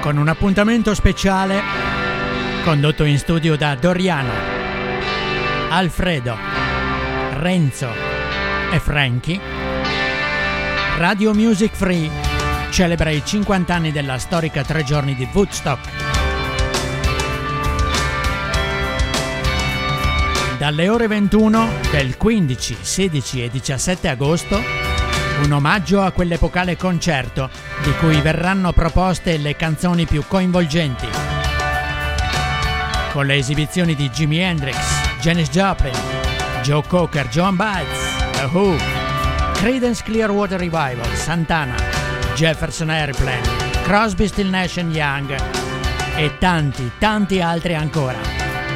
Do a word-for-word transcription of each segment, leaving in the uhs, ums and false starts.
con un appuntamento speciale condotto in studio da Doriano, Alfredo, Renzo e Frankie. Radio Music Free celebra i cinquanta anni della storica tre giorni di Woodstock. Dalle ore ventuno del quindici, sedici e diciassette agosto, un omaggio a quell'epocale concerto di cui verranno proposte le canzoni più coinvolgenti, con le esibizioni di Jimi Hendrix, Janis Joplin, Joe Cocker, Joan Baez, The Who, Creedence Clearwater Revival, Santana, Jefferson Airplane, Crosby, Still Nash and Young e tanti, tanti altri ancora.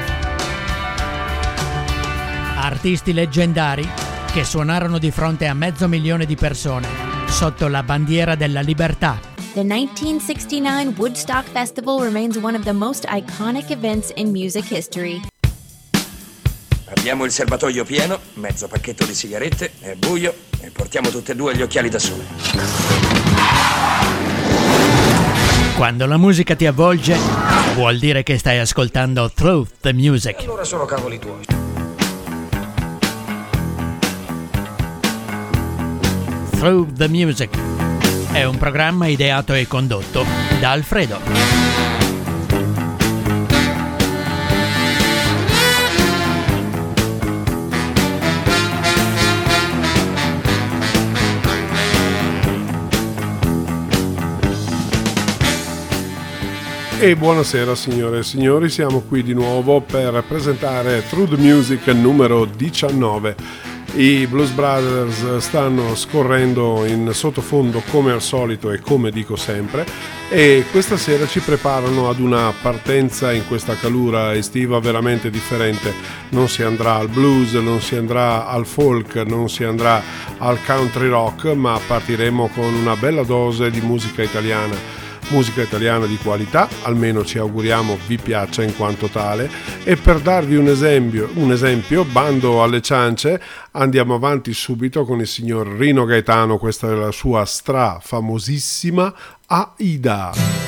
Artisti leggendari che suonarono di fronte a mezzo milione di persone sotto la bandiera della libertà. The nineteen sixty-nine Woodstock Festival remains one of the most iconic events in music history. Abbiamo il serbatoio pieno, mezzo pacchetto di sigarette, è buio e portiamo tutte e due gli occhiali da sole. Quando la musica ti avvolge, vuol dire che stai ascoltando Through the Music. Allora sono cavoli tuoi. Through the Music è un programma ideato e condotto da Alfredo. E buonasera signore e signori, siamo qui di nuovo per presentare Through the Music numero diciannove. I Blues Brothers stanno scorrendo in sottofondo come al solito e come dico sempre, e questa sera ci preparano ad una partenza in questa calura estiva veramente differente. Non si andrà al blues, non si andrà al folk, non si andrà al country rock, ma partiremo con una bella dose di musica italiana. Musica italiana di qualità, almeno ci auguriamo vi piaccia in quanto tale. E per darvi un esempio, un esempio, bando alle ciance, andiamo avanti subito con il signor Rino Gaetano. Questa è la sua stra famosissima Aida.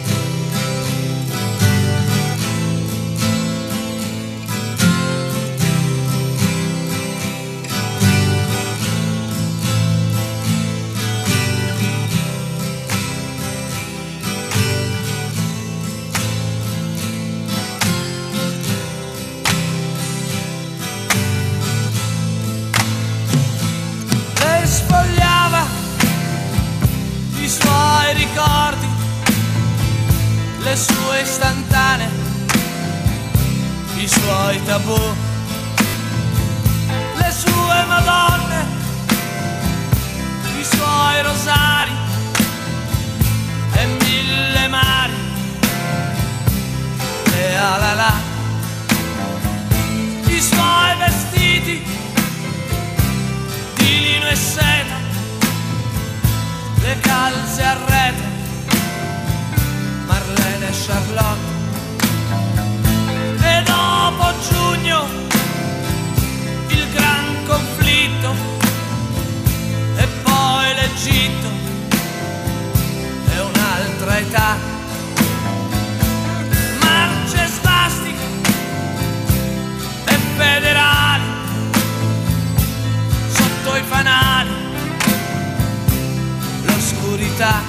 Le sue istantanee, i suoi tabù, le sue madonne, i suoi rosari e mille mari, le alala, i suoi vestiti di lino e seta, le calze a rete, Marlene e Charlotte. E dopo giugno il gran conflitto e poi l'Egitto e un'altra età, marce svastiche e federali sotto i fanali, l'oscurità.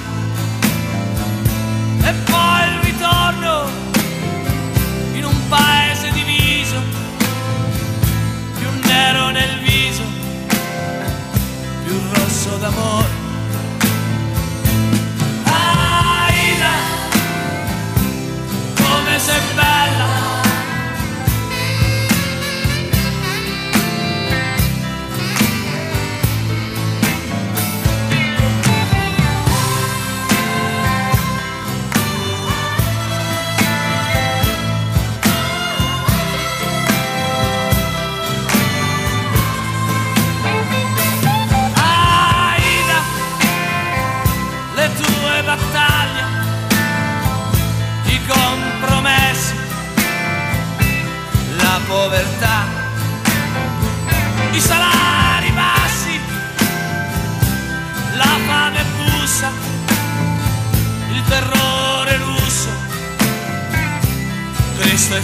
E poi il ritorno in un paese diviso, più nero nel viso, più rosso d'amore. Aida, come sei bella.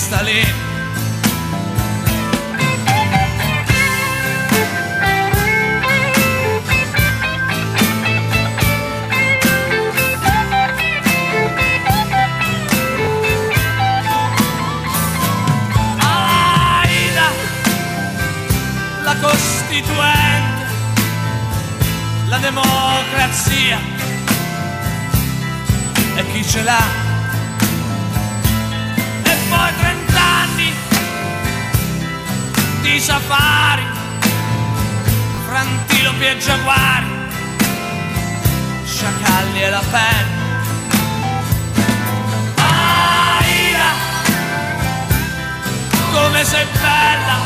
sta lì. Costituente, la democrazia e chi ce l'ha, e poi trent'anni di safari, fra antilopi e giaguari, sciacalli e la penna. Aida, come sei bella.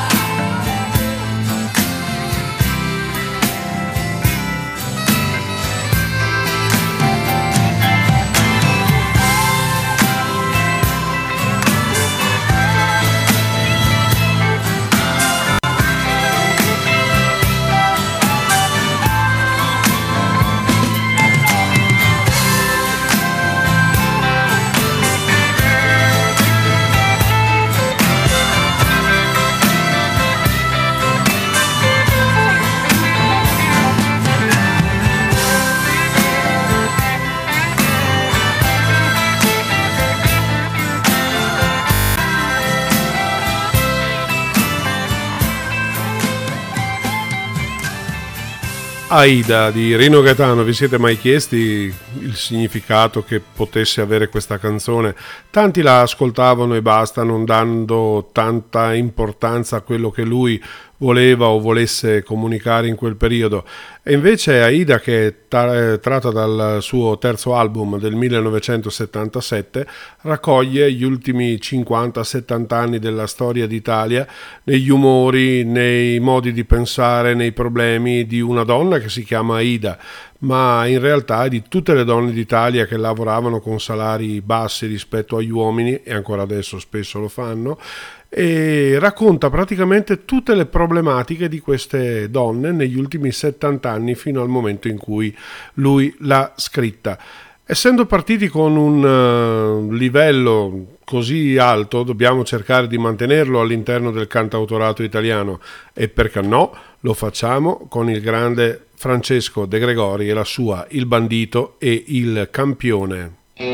Aida di Rino Gaetano, vi siete mai chiesti il significato che potesse avere questa canzone? Tanti la ascoltavano e basta, non dando tanta importanza a quello che lui voleva o volesse comunicare in quel periodo. E invece Aida, che è tra- tratta dal suo terzo album del millenovecentosettantasette, raccoglie gli ultimi cinquanta settanta anni della storia d'Italia negli umori, nei modi di pensare, nei problemi di una donna che si chiama Aida, ma in realtà di tutte le donne d'Italia che lavoravano con salari bassi rispetto agli uomini, e ancora adesso spesso lo fanno, e racconta praticamente tutte le problematiche di queste donne negli ultimi settanta anni fino al momento in cui lui l'ha scritta. Essendo partiti con un uh, livello così alto, dobbiamo cercare di mantenerlo all'interno del cantautorato italiano, e perché no, lo facciamo con il grande Francesco De Gregori e la sua Il bandito e il campione.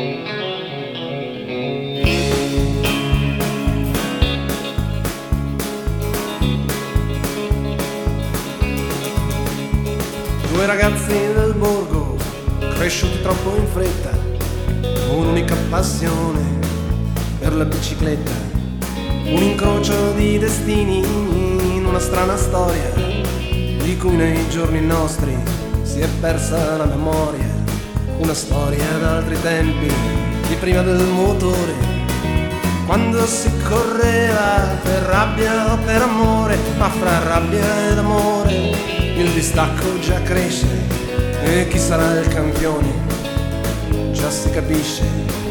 Due ragazzi del borgo, cresciuti troppo in fretta, un'unica passione per la bicicletta, un incrocio di destini in una strana storia, di cui nei giorni nostri si è persa la memoria, una storia d'altri tempi, di prima del motore, quando si correva per rabbia o per amore, ma fra rabbia ed amore il distacco già cresce, e chi sarà il campione già si capisce.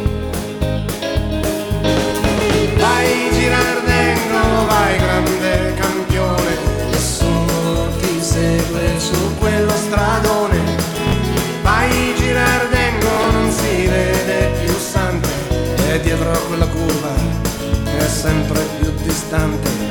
Vai Girardengo, vai grande campione, nessuno ti segue su quello stradone. Vai Girardengo, non si vede più Sante, e dietro a quella curva è sempre più distante.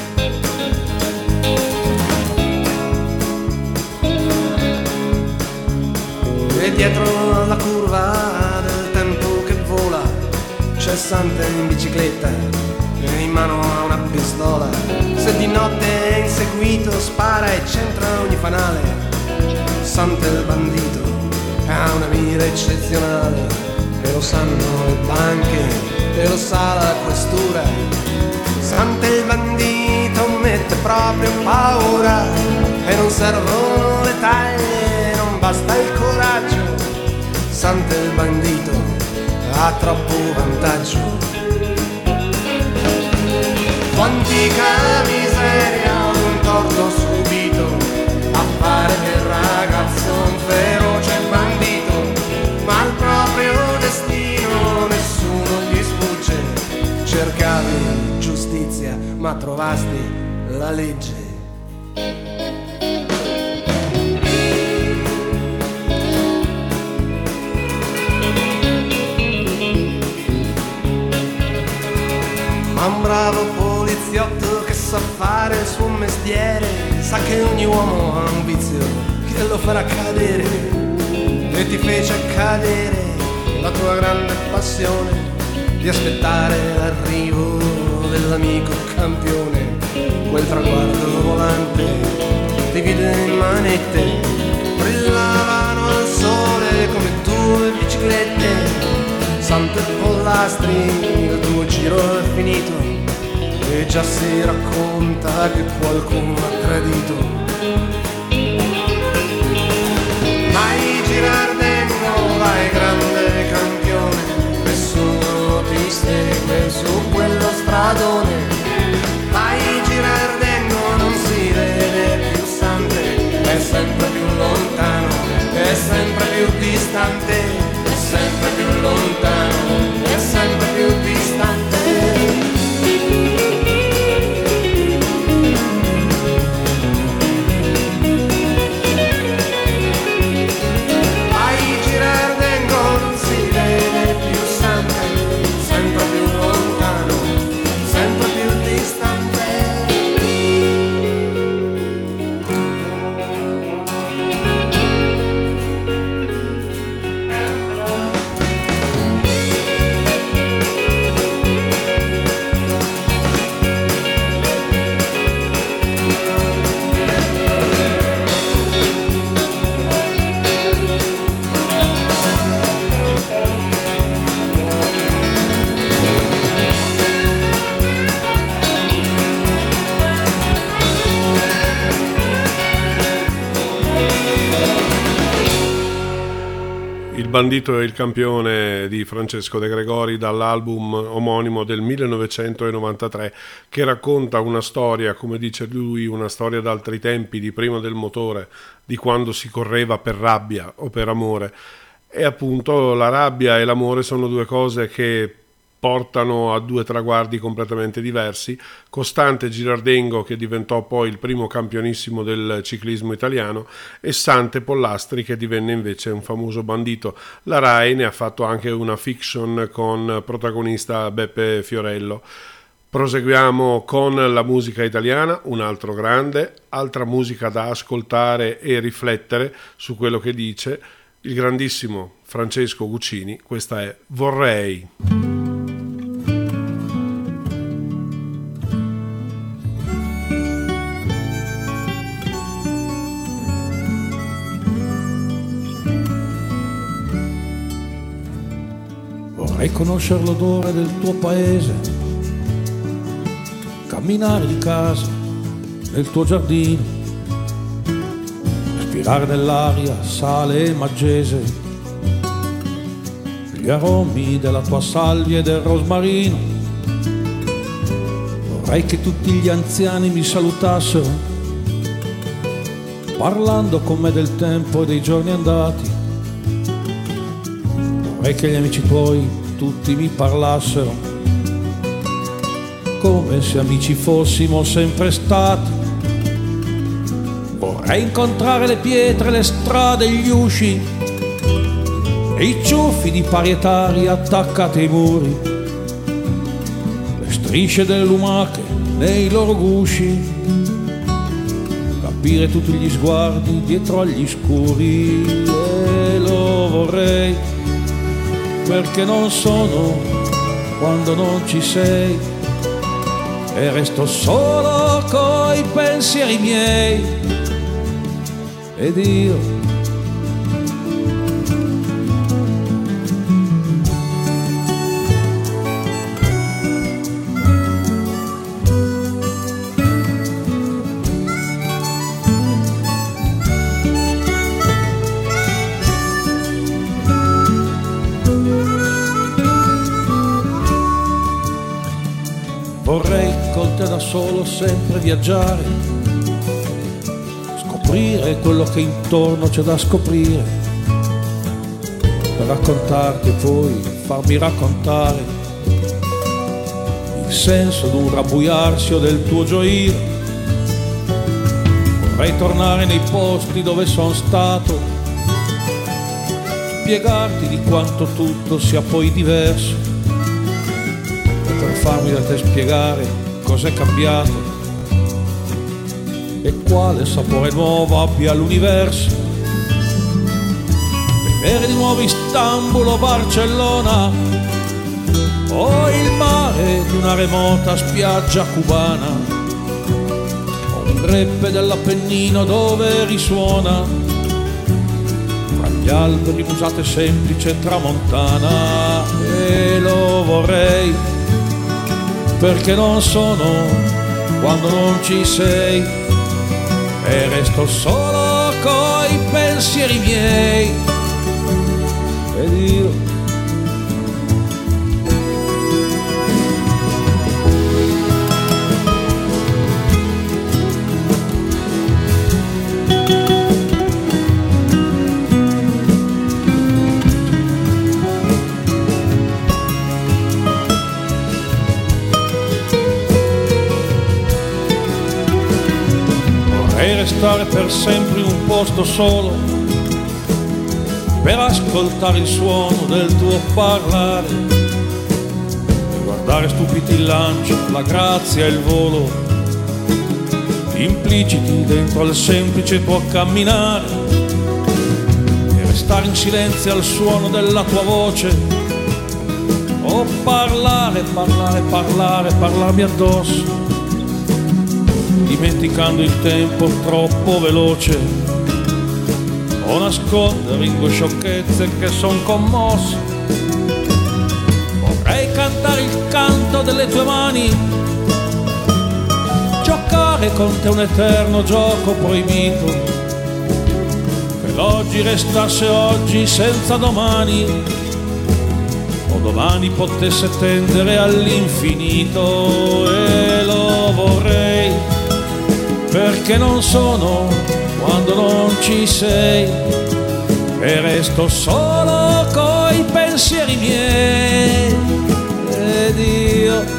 E dietro la curva del tempo che vola c'è Sante in bicicletta e in mano ha una pistola. Se di notte è inseguito spara e centra ogni fanale. Sante il bandito ha una mira eccezionale, e lo sanno le banche, e lo sa la questura. Sante il bandito mette proprio paura, e non servono le taglie, non basta il coraggio. Sante il bandito ha troppo vantaggio. Quantica miseria, un torto subito a fare del ragazzo un feroce bandito, ma al proprio destino nessuno gli sfugge. Cercavi giustizia ma trovasti la legge. Ma un bravo poliziotto che sa fare il suo mestiere, sa che ogni uomo ha un vizio che lo farà cadere, e ti fece cadere la tua grande passione di aspettare l'arrivo dell'amico campione. Quel traguardo volante ti vide in manette, brillavano al sole come due biciclette. Santo e Pollastri, il tuo giro è finito e già si racconta che qualcuno ha tradito. Vai Girardengo, vai grande campione, nessuno ti segue su quello stradone. Vai Girardengo, non si vede più Sante, è sempre più lontano, è sempre più distante. Sempre più lontano e sempre più distante. Vai Girardengo, non si vede più Sante, sempre più lontano, sempre più distante. Il bandito e il campione di Francesco De Gregori, dall'album omonimo del millenovecentonovantatré, che racconta una storia, come dice lui, una storia d'altri tempi, di prima del motore, di quando si correva per rabbia o per amore. E appunto la rabbia e l'amore sono due cose che portano a due traguardi completamente diversi. Costante Girardengo, che diventò poi il primo campionissimo del ciclismo italiano, e Sante Pollastri, che divenne invece un famoso bandito. La Rai ne ha fatto anche una fiction con protagonista Beppe Fiorello. Proseguiamo con la musica italiana, un altro grande, altra musica da ascoltare e riflettere su quello che dice il grandissimo Francesco Guccini. Questa è Vorrei. Vorrei conoscere l'odore del tuo paese, camminare di casa nel tuo giardino, respirare nell'aria sale e maggese, gli aromi della tua salvia e del rosmarino. Vorrei che tutti gli anziani mi salutassero, parlando con me del tempo e dei giorni andati. Vorrei che gli amici tuoi tutti mi parlassero, come se amici fossimo sempre stati. Vorrei incontrare le pietre, le strade, gli usci e i ciuffi di parietari attaccati ai muri, le strisce delle lumache nei loro gusci, capire tutti gli sguardi dietro agli scuri. E lo vorrei perché non sono quando non ci sei, e resto solo coi pensieri miei. Ed io vorrei con te da solo sempre viaggiare, scoprire quello che intorno c'è da scoprire, per raccontarti e poi farmi raccontare il senso d'un rabbuiarsi o del tuo gioire. Vorrei tornare nei posti dove sono stato, spiegarti di quanto tutto sia poi diverso, per farmi da te spiegare cos'è cambiato e quale sapore nuovo abbia l'universo. Vedere di nuovo Istanbul o Barcellona o il mare di una remota spiaggia cubana o un greppe dell'Appennino dove risuona fra gli alberi musate semplice tramontana. E lo vorrei perché non sono quando non ci sei e resto solo coi pensieri miei ed io restare per sempre in un posto solo per ascoltare il suono del tuo parlare e guardare stupiti il lancio, la grazia e il volo impliciti dentro al semplice tuo camminare e restare in silenzio al suono della tua voce o parlare, parlare, parlare, parlarmi addosso dimenticando il tempo troppo veloce o nascondere in sciocchezze che son commosso. Vorrei cantare il canto delle tue mani, giocare con te un eterno gioco proibito, che l'oggi restasse oggi senza domani o domani potesse tendere all'infinito. E lo vorrei perché non sono quando non ci sei e resto solo coi pensieri miei ed io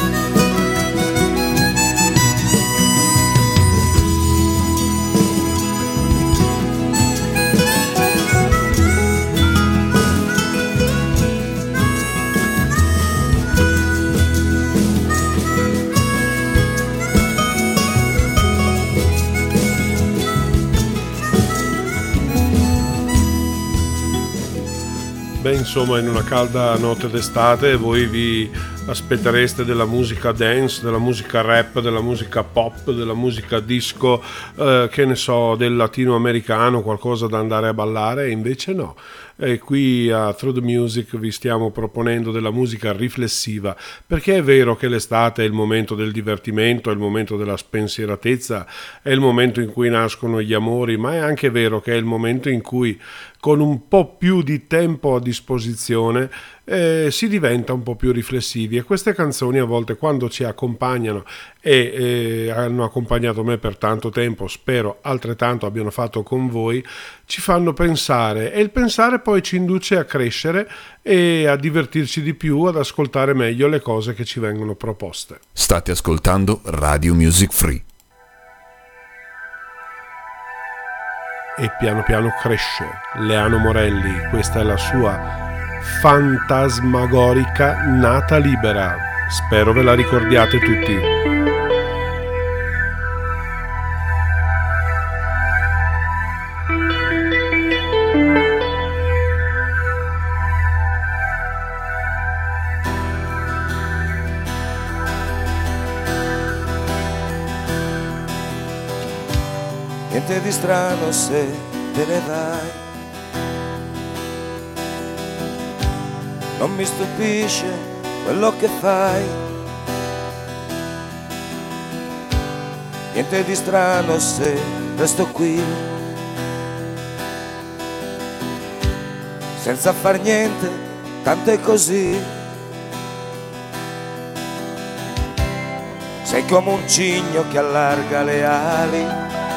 Beh, insomma, in una calda notte d'estate voi vi aspettereste della musica dance, della musica rap, della musica pop, della musica disco, eh, che ne so, del latinoamericano, qualcosa da andare a ballare, e invece no. E qui a Through the Music vi stiamo proponendo della musica riflessiva, perché è vero che l'estate è il momento del divertimento, è il momento della spensieratezza, è il momento in cui nascono gli amori, ma è anche vero che è il momento in cui con un po' più di tempo a disposizione eh, si diventa un po' più riflessivi, e queste canzoni a volte, quando ci accompagnano e eh, hanno accompagnato me per tanto tempo, spero altrettanto abbiano fatto con voi, ci fanno pensare, e il pensare poi ci induce a crescere e a divertirci di più, ad ascoltare meglio le cose che ci vengono proposte. State ascoltando Radio Music Free. E piano piano cresce Leano Morelli, questa è la sua fantasmagorica Nata Libera, spero ve la ricordiate tutti. Niente di strano se te ne vai, non mi stupisce quello che fai. Niente di strano se resto qui, senza far niente, tanto è così. Sei come un cigno che allarga le ali,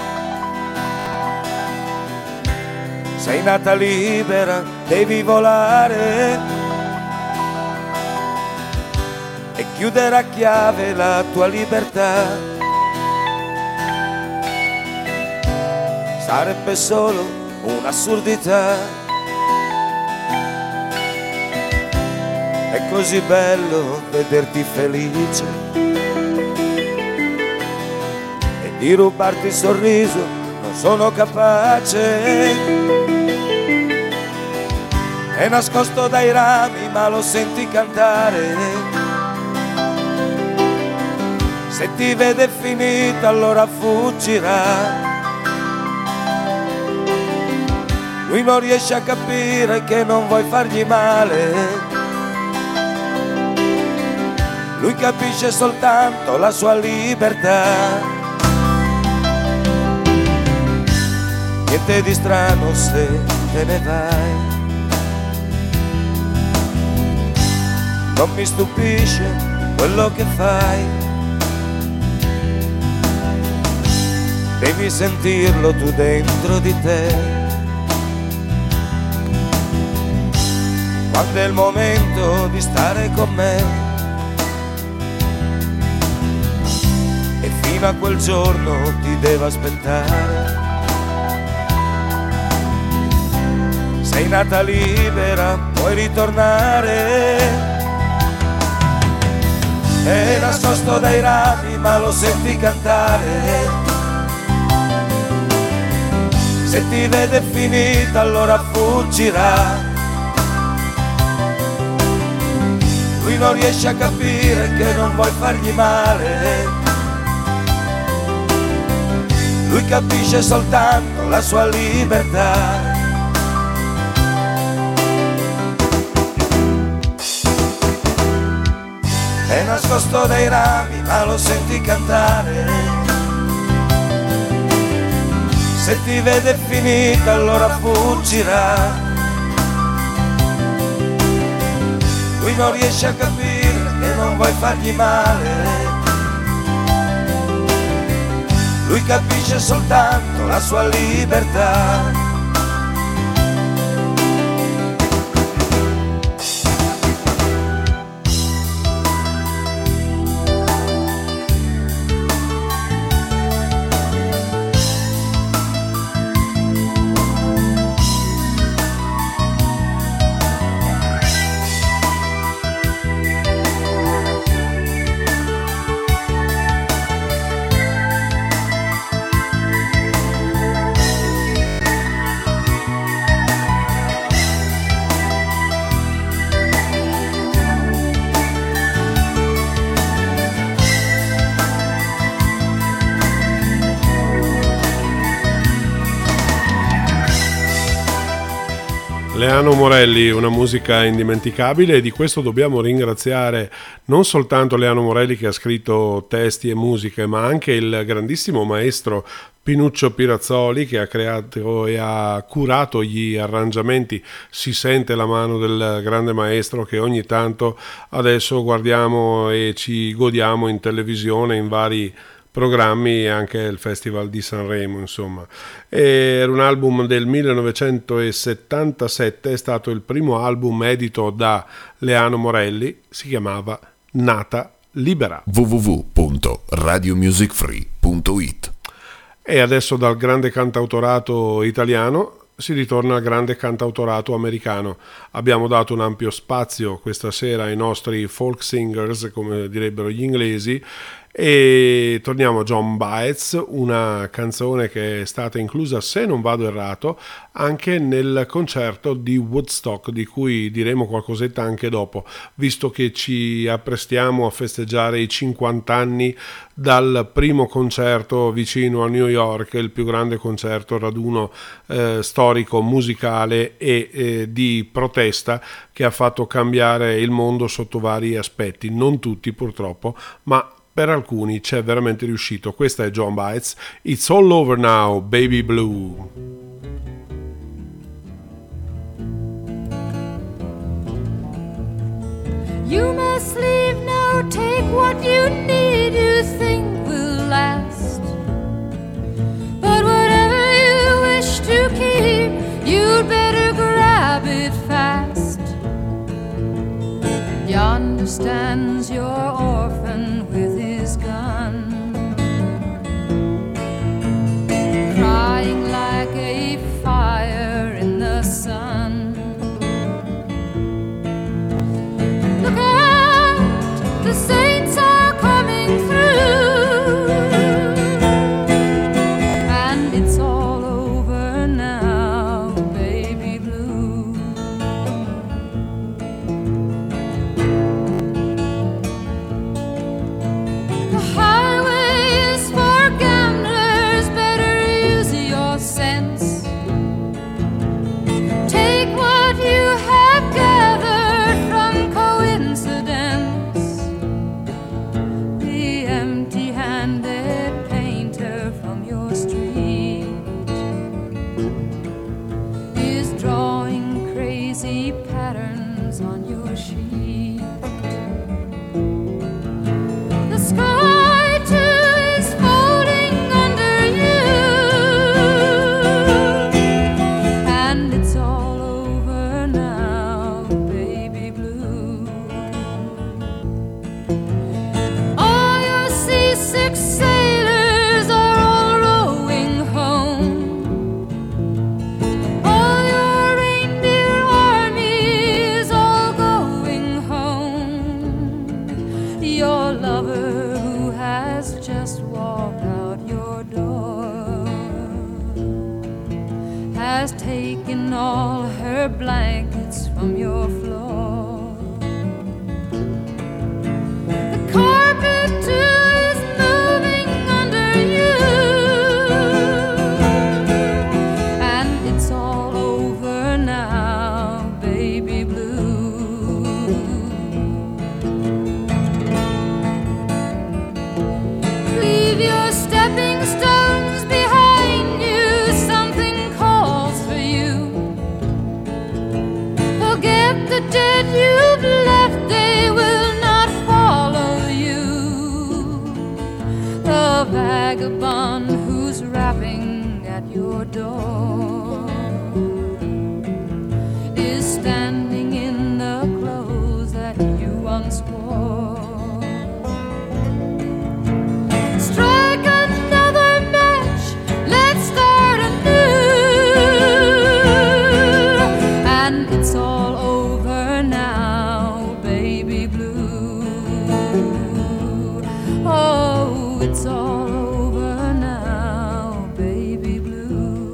sei nata libera, devi volare e chiudere a chiave la tua libertà. Sarebbe solo un'assurdità è così bello vederti felice e di rubarti il sorriso non sono capace. È nascosto dai rami ma lo senti cantare. Se ti vede finita allora fuggirà. Lui non riesce a capire che non vuoi fargli male. Lui capisce soltanto la sua libertà. Niente di strano se te ne vai. Non mi stupisce quello che fai. Devi sentirlo tu dentro di te. Quando è il momento di stare con me. E fino a quel giorno ti devo aspettare. Sei nata libera, puoi ritornare. È nascosto dai rami ma lo senti cantare. Se ti vede finita allora fuggirà. Lui non riesce a capire che non vuoi fargli male. Lui capisce soltanto la sua libertà. È nascosto dai rami ma lo senti cantare. Se ti vede finita allora fuggirà. Lui non riesce a capire che non vuoi fargli male. Lui capisce soltanto la sua libertà. Leano Morelli, una musica indimenticabile, e di questo dobbiamo ringraziare non soltanto Leano Morelli che ha scritto testi e musiche, ma anche il grandissimo maestro Pinuccio Pirazzoli che ha creato e ha curato gli arrangiamenti. Si sente la mano del grande maestro che ogni tanto adesso guardiamo e ci godiamo in televisione, in vari programmi, anche il Festival di Sanremo, insomma. Era un album del millenovecentosettantasette, è stato il primo album edito da Leano Morelli, si chiamava Nata Libera. w w w punto radio music free punto it. E adesso dal grande cantautorato italiano si ritorna al grande cantautorato americano. Abbiamo dato un ampio spazio questa sera ai nostri folk singers, come direbbero gli inglesi, e torniamo a John Baez, una canzone che è stata inclusa, se non vado errato, anche nel concerto di Woodstock, di cui diremo qualcosetta anche dopo, visto che ci apprestiamo a festeggiare i cinquanta anni dal primo concerto vicino a New York, il più grande concerto raduno eh, storico, musicale e eh, di protesta che ha fatto cambiare il mondo sotto vari aspetti, non tutti purtroppo, ma per alcuni c'è veramente riuscito. Questa è John Baez, It's All Over Now, Baby Blue. You must leave now, take what you need, you think will last. But whatever you wish to keep, you'd better grab it fast. Yonder stands your orphan with his gun, crying like a fire in the sun. has taken all her blankets from your floor. The carpet too is moving under you, and it's all over now, baby blue. Leave your stepping stones behind you, something calls for you. Forget the dead you've left, they will not follow you. The vagabond who's rapping at your door is standing in the clothes that you once wore. Strike another match, let's start anew, and it's all over now, baby blue. Oh, it's all over now, baby blue.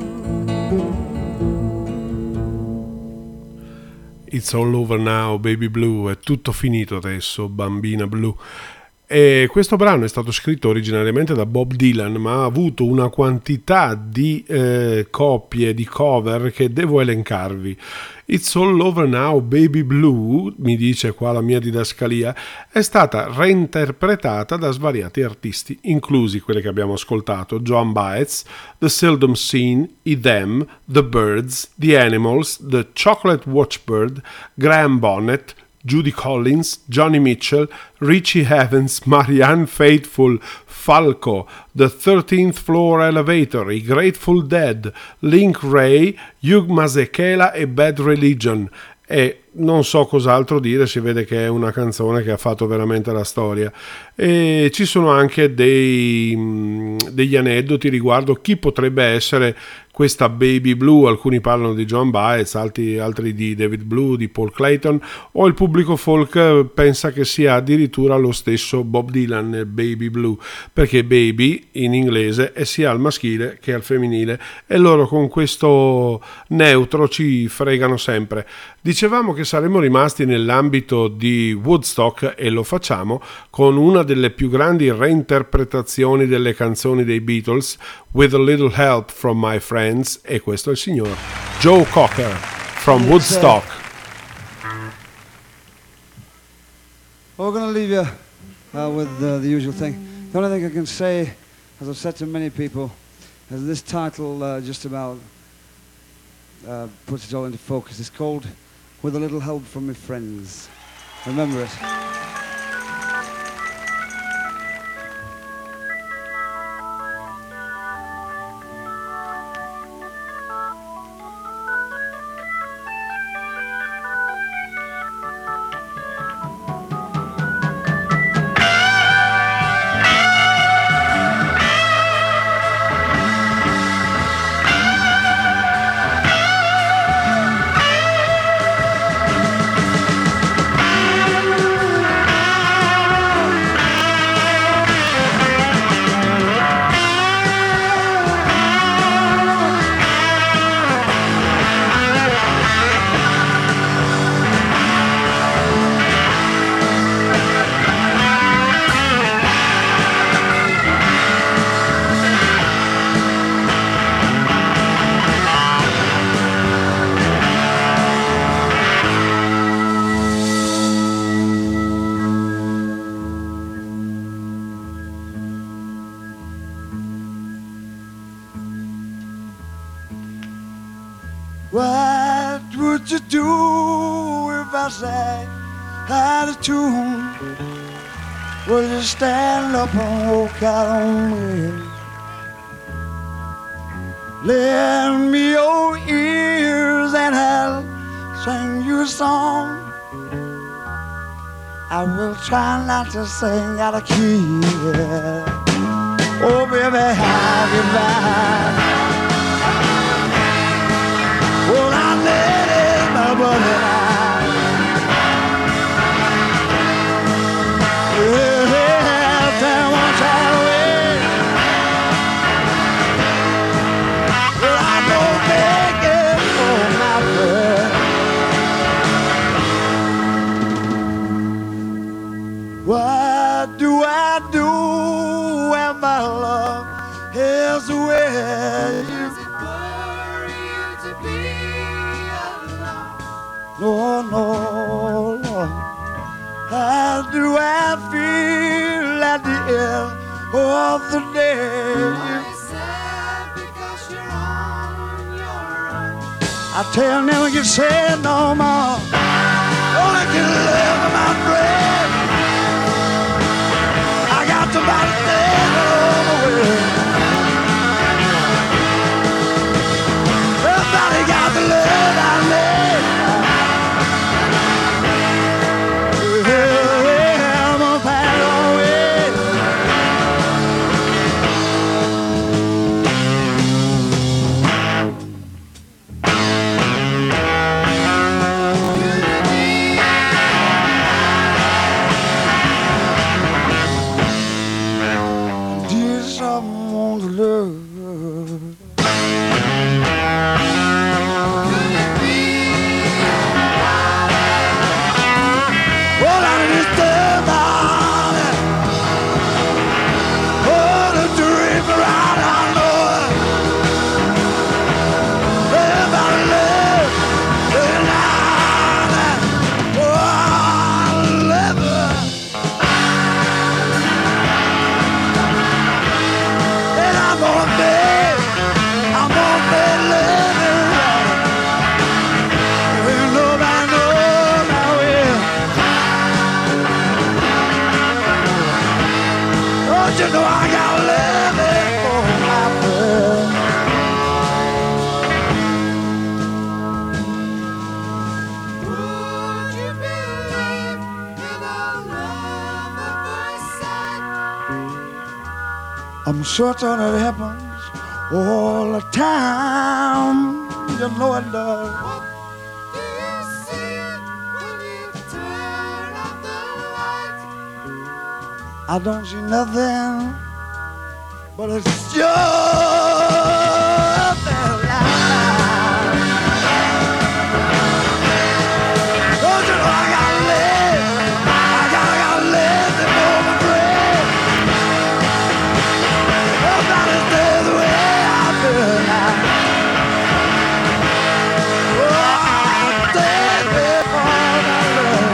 It's all over now, baby blue, è tutto finito adesso, bambina blu. E questo brano è stato scritto originariamente da Bob Dylan, ma ha avuto una quantità di eh, copie, di cover che devo elencarvi. It's All Over Now Baby Blue, mi dice qua la mia didascalia, è stata reinterpretata da svariati artisti, inclusi quelli che abbiamo ascoltato: Joan Baez, The Seldom Seen, I Them, The Birds, The Animals, The Chocolate Watchbird, Graham Bonnet, Judy Collins, Johnny Mitchell, Richie Havens, Marianne Faithfull, Falco, The thirteenth Floor Elevator, I Grateful Dead, Link Wray, Hugh Masekela e Bad Religion. E non so cos'altro dire, si vede che è una canzone che ha fatto veramente la storia. E ci sono anche dei, degli aneddoti riguardo chi potrebbe essere questa Baby Blue. Alcuni parlano di Joan Baez, altri, altri di David Blue, di Paul Clayton, o il pubblico folk pensa che sia addirittura lo stesso Bob Dylan, Baby Blue, perché baby in inglese è sia al maschile che al femminile, e loro con questo neutro ci fregano sempre. Dicevamo che saremmo rimasti nell'ambito di Woodstock e lo facciamo con una delle più grandi reinterpretazioni delle canzoni dei Beatles, With a Little Help from My Friends, e questo è il signor Joe Cocker from Yes, Woodstock. Well, we're going to leave you uh, with uh, the usual thing. The only thing I can say, as I've said to many people, is this title uh, just about uh, puts it all into focus. It's called With a Little Help from My Friends. Remember it. What would you do if I sang out of tune? Would you stand up and walk out on me? Lend me your ears and I'll sing you a song. I will try not to sing out of key. Oh baby, how you mind? Well, I let it, my buddy, now. Yeah, there won't try away. Well, I know making Oh no, Lord. How do I feel at the end of the day? I tell never get sad no more. Only can live in my breath. I got to buy the dead all the way. Everybody got the love I need. Yeah, I'm gonna pass away. You know I got love for my friend. Would you believe in a love at first sight? I'm certain it happens all the time. You know it does. What do you see when you turn off the light? I don't see nothing, but it's your life. Don't you know I gotta live? I gotta, gotta live before my grave. Nobody stays the way I feel now. Oh, I stay before my love.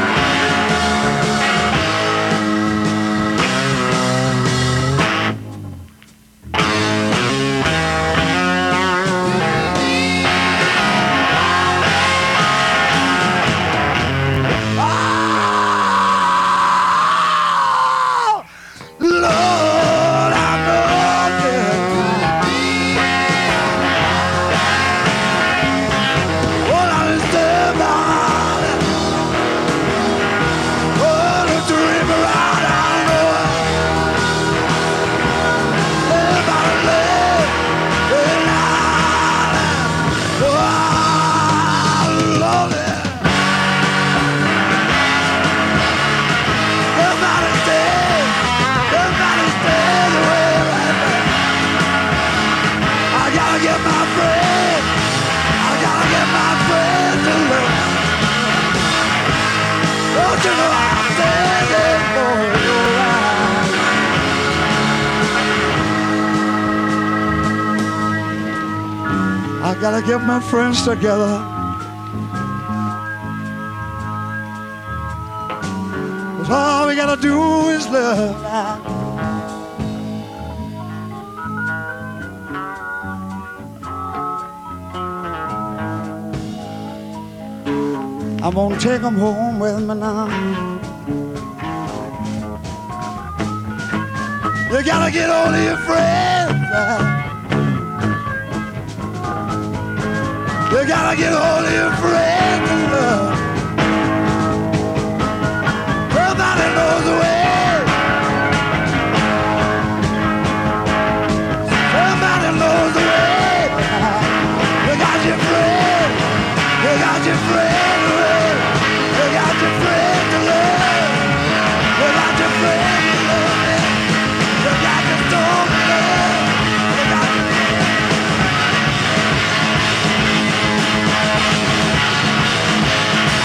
I gotta get my friends together. Cause all we gotta do is love. I'm gonna take them home with me now. You gotta get all of your friends. You gotta get all of your friends in love. Nobody knows the way. Somebody knows the way. You got your friend. You got your friend to love. You got your friend to love. You got your friend to love. You got your soul to love. You got your friend.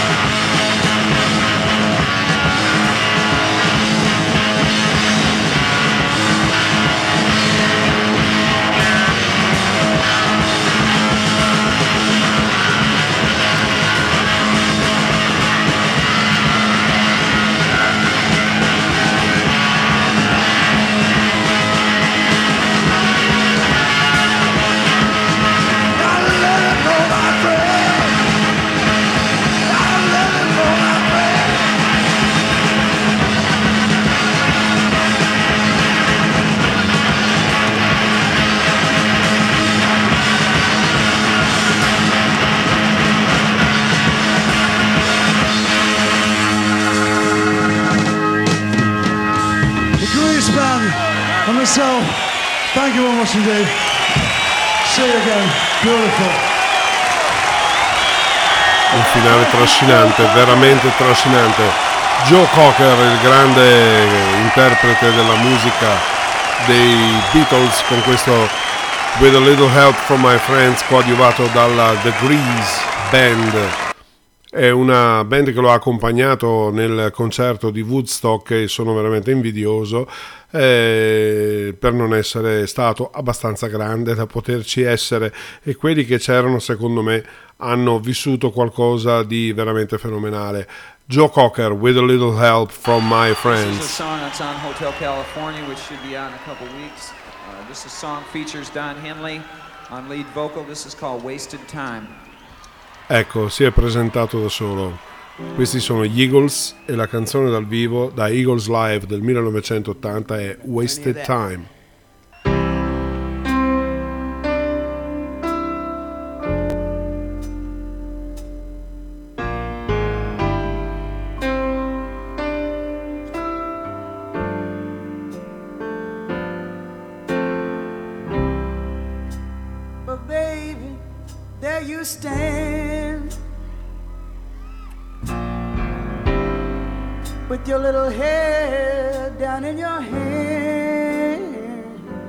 you very much indeed. See you again. Beautiful. Un finale trascinante, veramente trascinante. Joe Cocker, il grande interprete della musica dei Beatles, con questo With a Little Help from My Friends, coadiuvato dalla The Grease Band. È una band che lo ha accompagnato nel concerto di Woodstock e sono veramente invidioso eh, per non essere stato abbastanza grande da poterci essere, e quelli che c'erano secondo me hanno vissuto qualcosa di veramente fenomenale. Joe Cocker, With a Little Help from My Friends. This is a song that's on Hotel California, which should be out in a couple weeks. Uh, this is song features Don Henley on lead vocal. This is called Wasted Time. Ecco, si è presentato da solo. Questi sono gli Eagles e la canzone dal vivo da Eagles Live del millenovecentottanta è Wasted Time. But baby, there you stand with your little head down in your hand.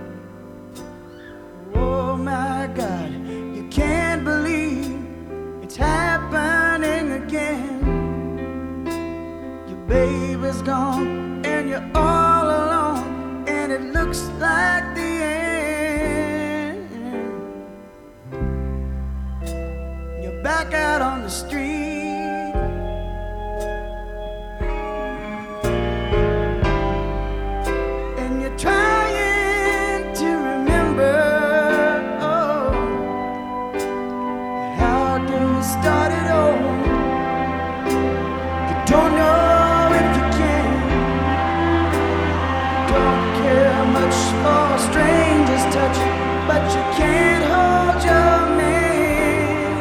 Oh my God, you can't believe it's happening again. Your baby's gone and you're all alone, and it looks like the end. You're back out on the street, trying to remember, oh, how do you start it over? You don't know if you can. Don't care much for strangers' touch, but you can't hold your man.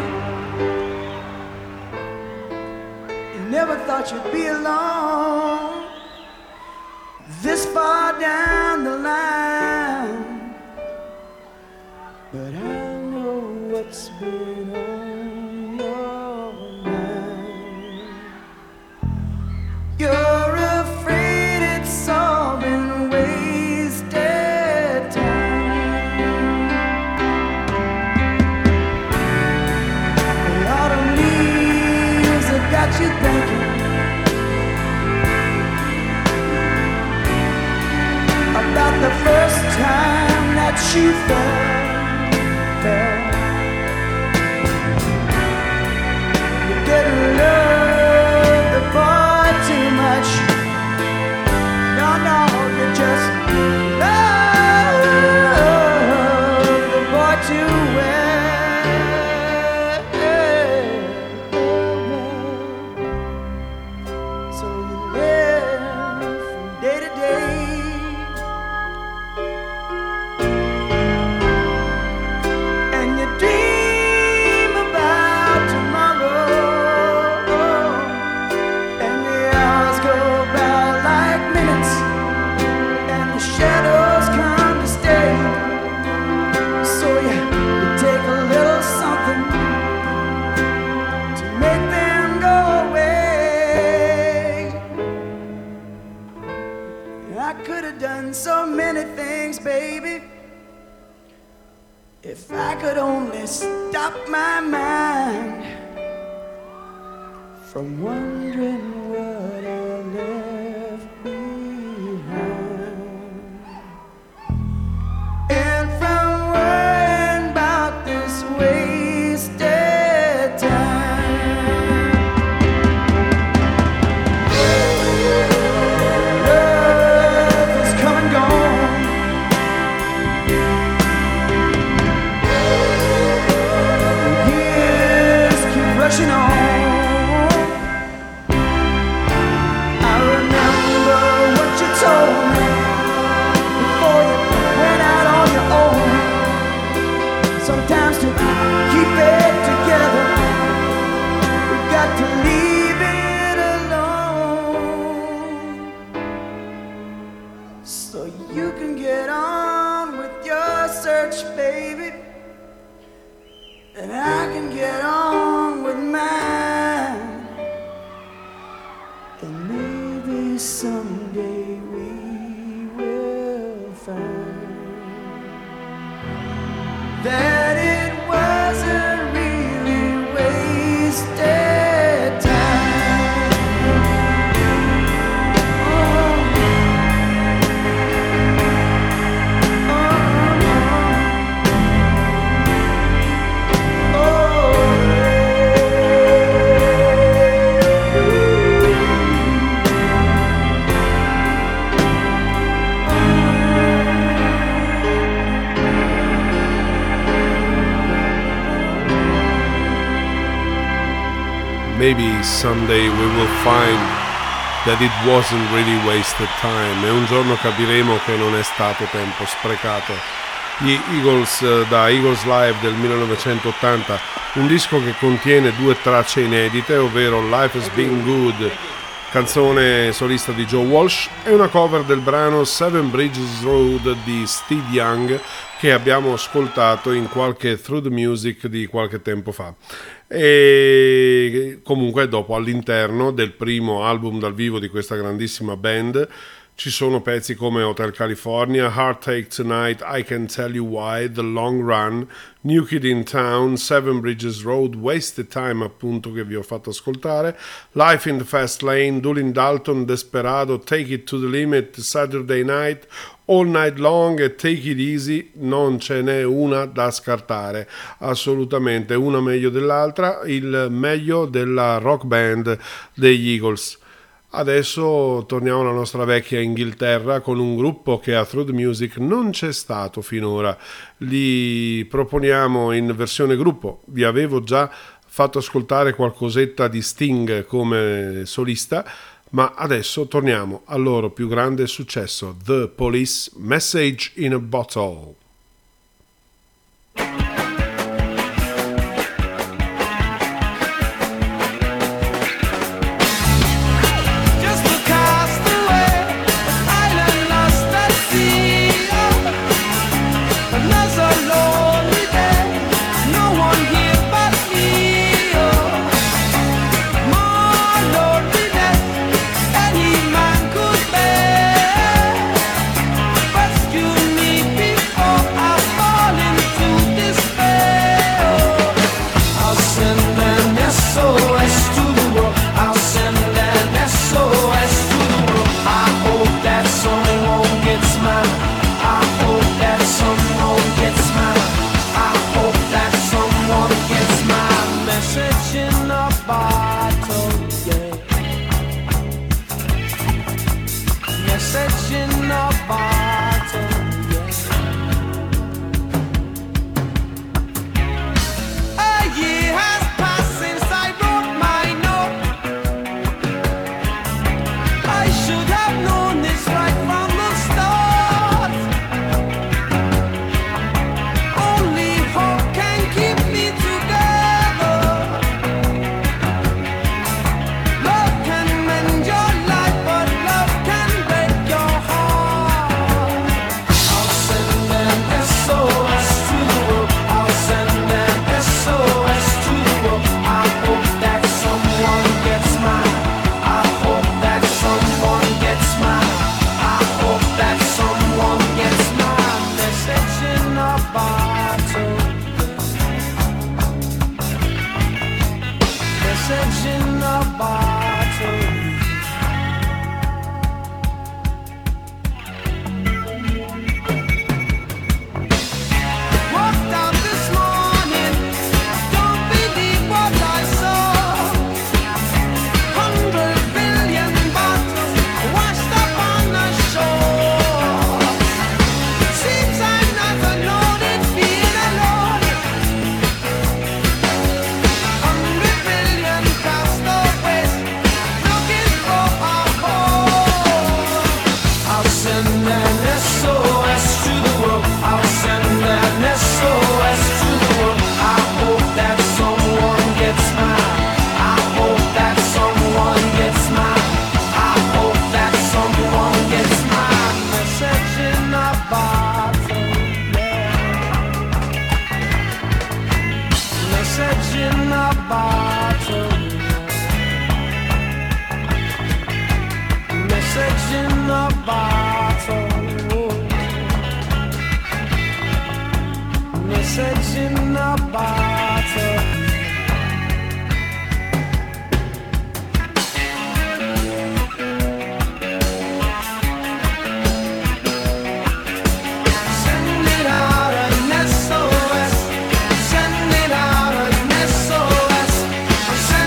You never thought you'd be alone this far down the line, but I know what's been on your mind. You're afraid it's all been wasted time. The autumn leaves have got you thinking about the first time that you fell, fell. You didn't love the boy too much. No, no, you just love the boy too well. So you live from day to day, so many things, baby, if I could only stop my mind from wondering what I left behind, and from worrying about this wasted time. Love is come and gone, years keep rushing on. I remember what you told me before you went out on your own. Sometimes to keep it together, we got to leave it alone, so you can get on with your Maybe someday we will find that it wasn't really wasted time, e un giorno capiremo che non è stato tempo sprecato. Gli Eagles, da Eagles Live del millenovecentottanta, un disco che contiene due tracce inedite, ovvero Life Has Been Good, canzone solista di Joe Walsh, e una cover del brano Seven Bridges Road di Steve Young, che abbiamo ascoltato in qualche Through the Music di qualche tempo fa. E comunque dopo, all'interno del primo album dal vivo di questa grandissima band, ci sono pezzi come Hotel California, Heartache Tonight, I Can Tell You Why, The Long Run, New Kid in Town, Seven Bridges Road, Wasted Time appunto che vi ho fatto ascoltare, Life in the Fast Lane, Doolin Dalton, Desperado, Take It to the Limit, Saturday Night, All Night Long e Take It Easy. Non ce n'è una da scartare, assolutamente, una meglio dell'altra, il meglio della rock band degli Eagles. Adesso torniamo alla nostra vecchia Inghilterra con un gruppo che a Through the Music non c'è stato finora. Li proponiamo in versione gruppo. Vi avevo già fatto ascoltare qualcosetta di Sting come solista, ma adesso torniamo al loro più grande successo, The Police, Message in a Bottle.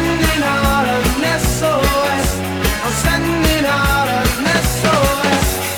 Sending out an S O S.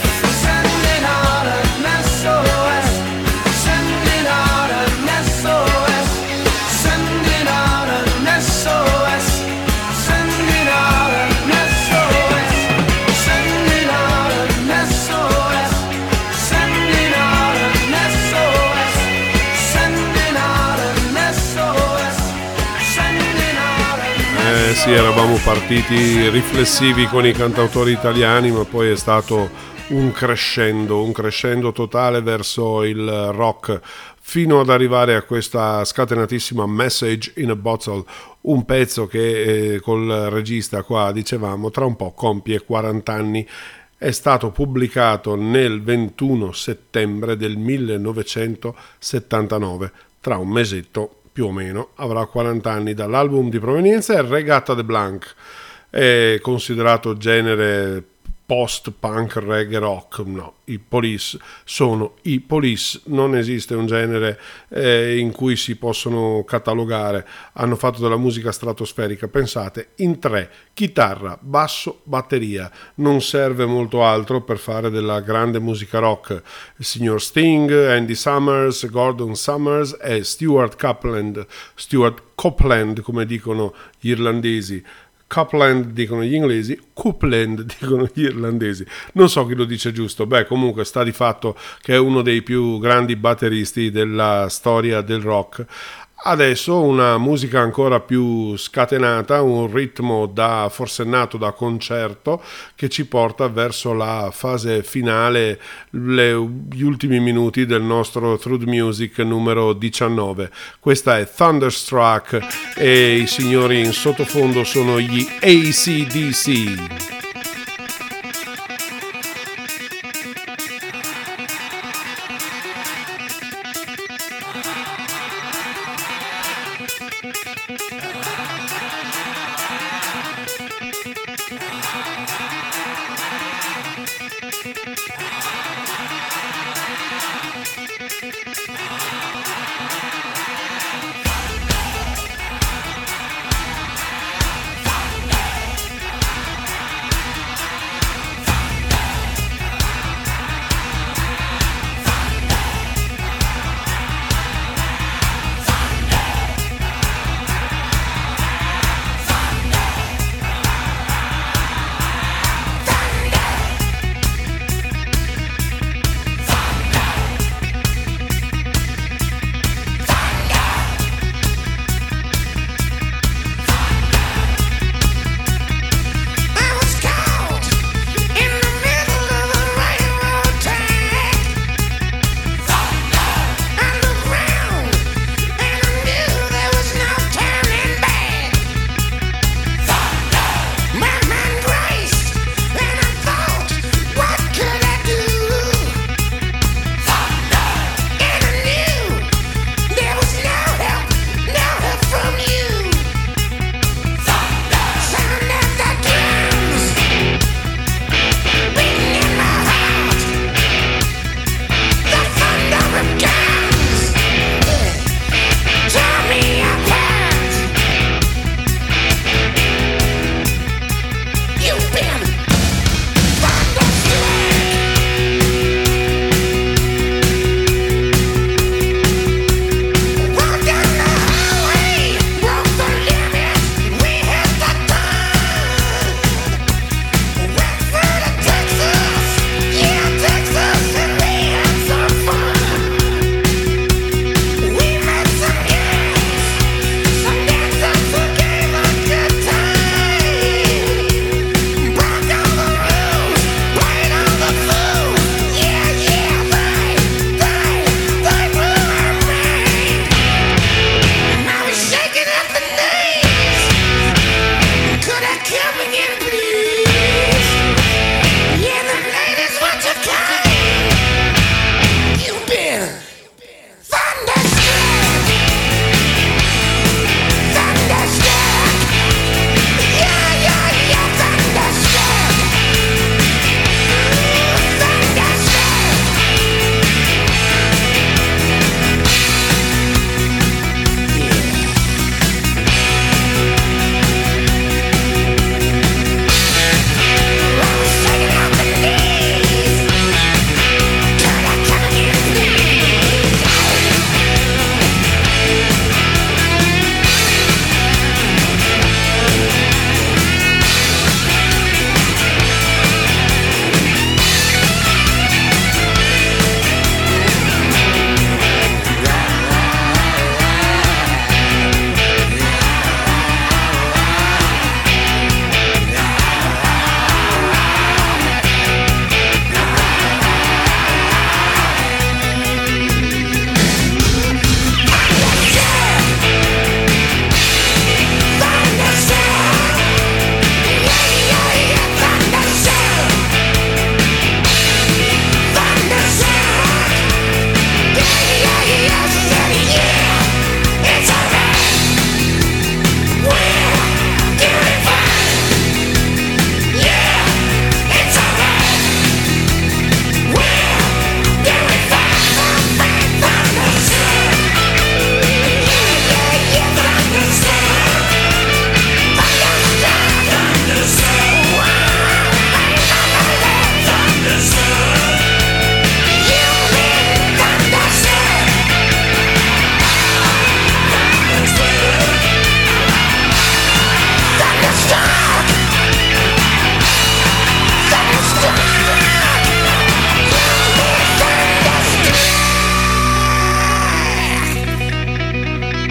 sì, eravamo partiti riflessivi con i cantautori italiani, ma poi è stato un crescendo, un crescendo totale verso il rock, fino ad arrivare a questa scatenatissima Message in a Bottle, un pezzo che eh, col regista qua dicevamo tra un po' compie quaranta anni. È stato pubblicato nel ventuno settembre del millenovecentosettantanove, tra un mesetto più o meno avrà quaranta anni. Dall'album di provenienza è Regatta de Blanc, è considerato genere post-punk reggae rock. No, i Police sono i Police, non esiste un genere eh, in cui si possono catalogare. Hanno fatto della musica stratosferica, pensate, in tre: chitarra, basso, batteria. Non serve molto altro per fare della grande musica rock. Il signor Sting, Andy Summers, Gordon Summers e Stuart Copeland, Stuart Copeland come dicono gli irlandesi. Copeland dicono gli inglesi, Copeland dicono gli irlandesi, non so chi lo dice giusto. Beh, comunque sta di fatto che è uno dei più grandi batteristi della storia del rock. Adesso una musica ancora più scatenata, un ritmo da forsennato da concerto che ci porta verso la fase finale, le, gli ultimi minuti del nostro Through the Music numero diciannove. Questa è Thunderstruck e i signori in sottofondo sono gli A C D C.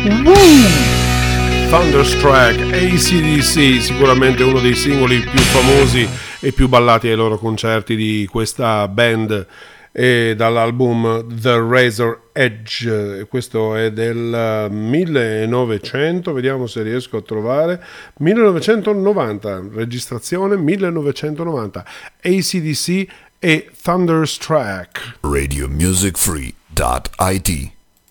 Thunderstruck, A C D C, sicuramente uno dei singoli più famosi e più ballati ai loro concerti di questa band, e dall'album The Razor Edge. Questo è del millenovecento, vediamo se riesco a trovare, millenovecentonovanta, registrazione millenovecentonovanta, A C D C e Thunderstruck. radio music free dot I T.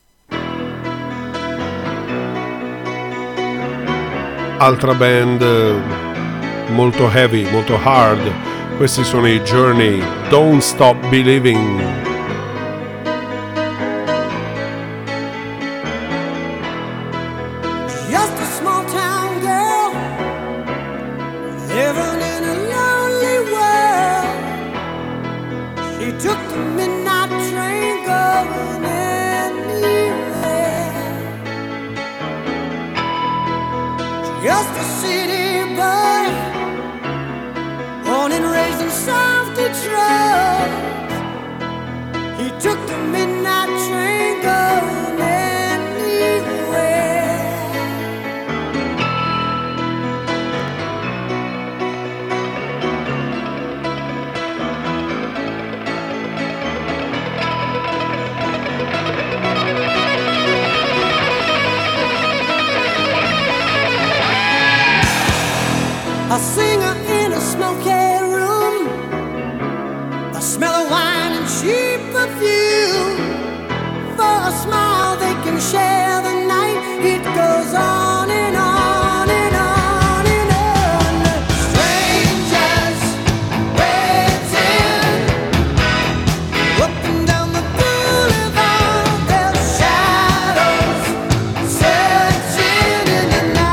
Altra band molto heavy, molto hard, questi sono i Journey, Don't Stop Believing. Just a small town girl living in a lonely world. She took the midnight train going anywhere. Just a city boy, born and raised in South Detroit. He took the midnight train going anywhere. A singer in a smoky room, the smell of wine and cheap perfume. For a smile they can share the night. It goes on and on and on and on. Strangers waiting up and down the boulevard, their shadows searching in the night.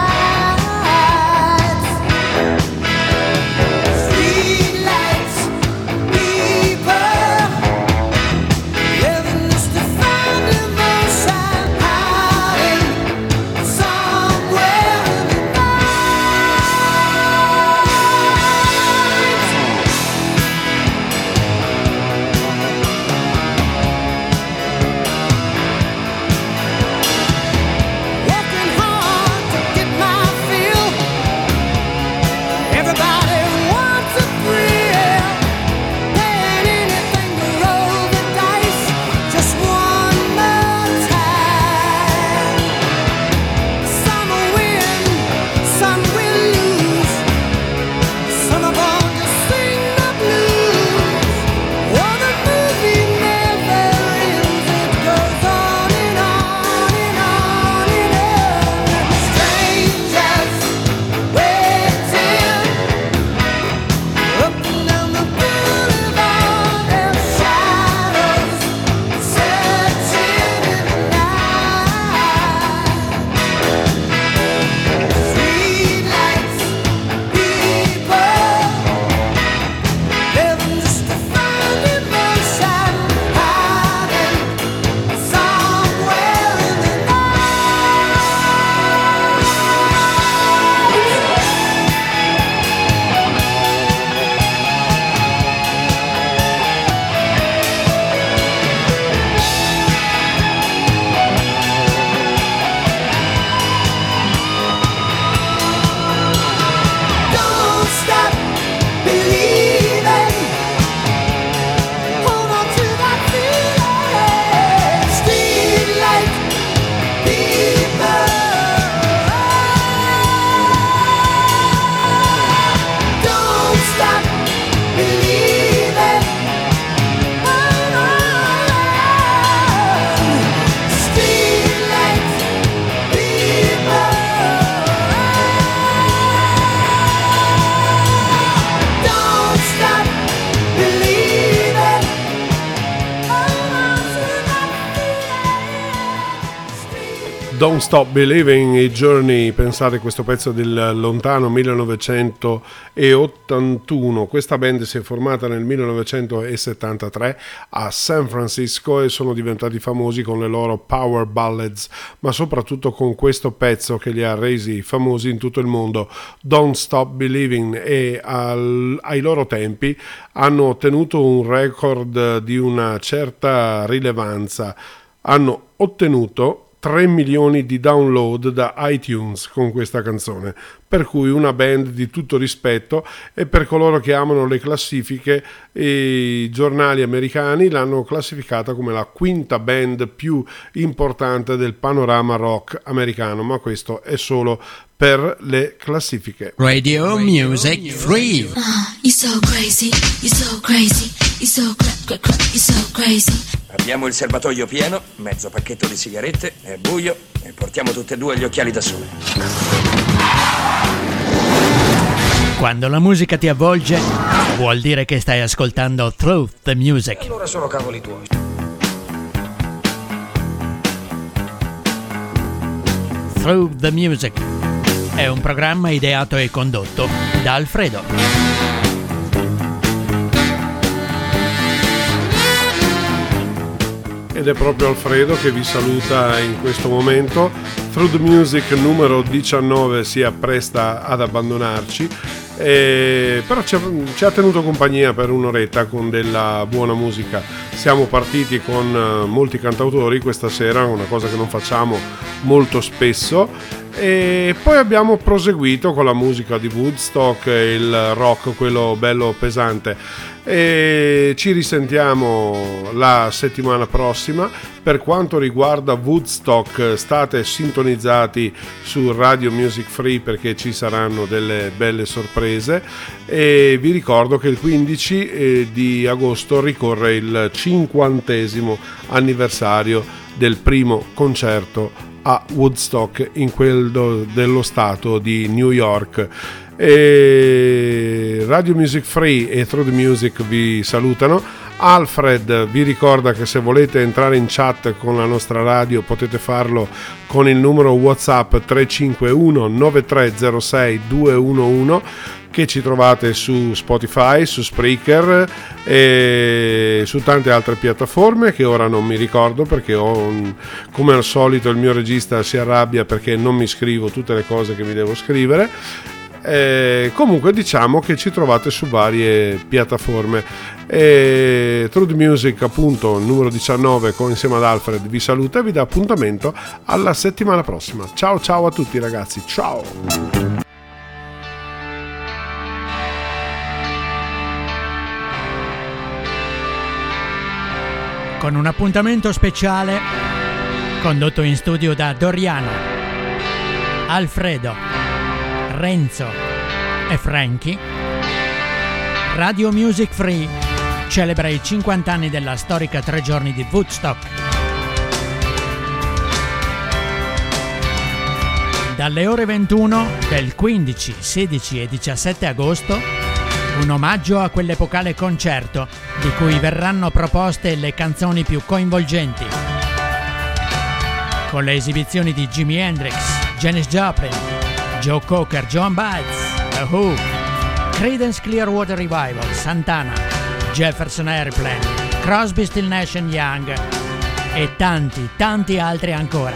Don't Stop Believing, i Journey. Pensate, questo pezzo del lontano millenovecentottantuno. Questa band si è formata nel millenovecentosettantatré a San Francisco e sono diventati famosi con le loro power ballads, ma soprattutto con questo pezzo che li ha resi famosi in tutto il mondo, Don't Stop Believing, e al, ai loro tempi hanno ottenuto un record di una certa rilevanza. Hanno ottenuto tre milioni di download da iTunes con questa canzone, per cui una band di tutto rispetto, e per coloro che amano le classifiche, i giornali americani l'hanno classificata come la quinta band più importante del panorama rock americano, ma questo è solo per le classifiche. Radio Music Free. Uh, you're so crazy, you're so crazy, you're so cra- cra- cra- you're so crazy. Abbiamo il serbatoio pieno, mezzo pacchetto di sigarette, è buio e portiamo tutte e due gli occhiali da sole. Quando la musica ti avvolge, vuol dire che stai ascoltando Through the Music. E allora sono cavoli tuoi. Through the Music è un programma ideato e condotto da Alfredo. Ed è proprio Alfredo che vi saluta in questo momento. Through the Music numero diciannove si appresta ad abbandonarci, eh, però ci ha, ci ha tenuto compagnia per un'oretta con della buona musica. Siamo partiti con uh, molti cantautori questa sera, una cosa che non facciamo molto spesso, e poi abbiamo proseguito con la musica di Woodstock, il rock, quello bello pesante. E ci risentiamo la settimana prossima. Per quanto riguarda Woodstock, state sintonizzati su Radio Music Free perché ci saranno delle belle sorprese, e vi ricordo che il quindici di agosto ricorre il cinquantesimo anniversario del primo concerto a Woodstock, in quello dello stato di New York. E Radio Music Free e Through the Music vi salutano. Alfred vi ricorda che se volete entrare in chat con la nostra radio potete farlo con il numero WhatsApp tre cinque uno nove tre zero sei due uno uno, che ci trovate su Spotify, su Spreaker e su tante altre piattaforme che ora non mi ricordo, perché ho un, come al solito il mio regista si arrabbia perché non mi scrivo tutte le cose che mi devo scrivere. Eh, comunque diciamo che ci trovate su varie piattaforme. E Through the Music, appunto, numero diciannove, con insieme ad Alfred vi saluta e vi dà appuntamento alla settimana prossima. Ciao ciao a tutti ragazzi, ciao. Con un appuntamento speciale condotto in studio da Doriano, Alfredo, Renzo e Frankie, Radio Music Free celebra i cinquanta anni della storica tre giorni di Woodstock. Dalle ore ventuno del quindici, sedici e diciassette agosto, un omaggio a quell'epocale concerto di cui verranno proposte le canzoni più coinvolgenti, con le esibizioni di Jimi Hendrix, Janis Joplin, Joe Cocker, Joan Baez, The Who, Creedence Clearwater Revival, Santana, Jefferson Airplane, Crosby, Still Nash and Young e tanti, tanti altri ancora.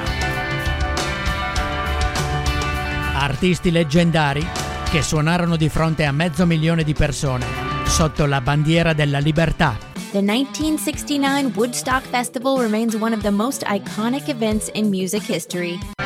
Artisti leggendari che suonarono di fronte a mezzo milione di persone sotto la bandiera della libertà. The nineteen sixty-nine Woodstock Festival remains one of the most iconic events in music history.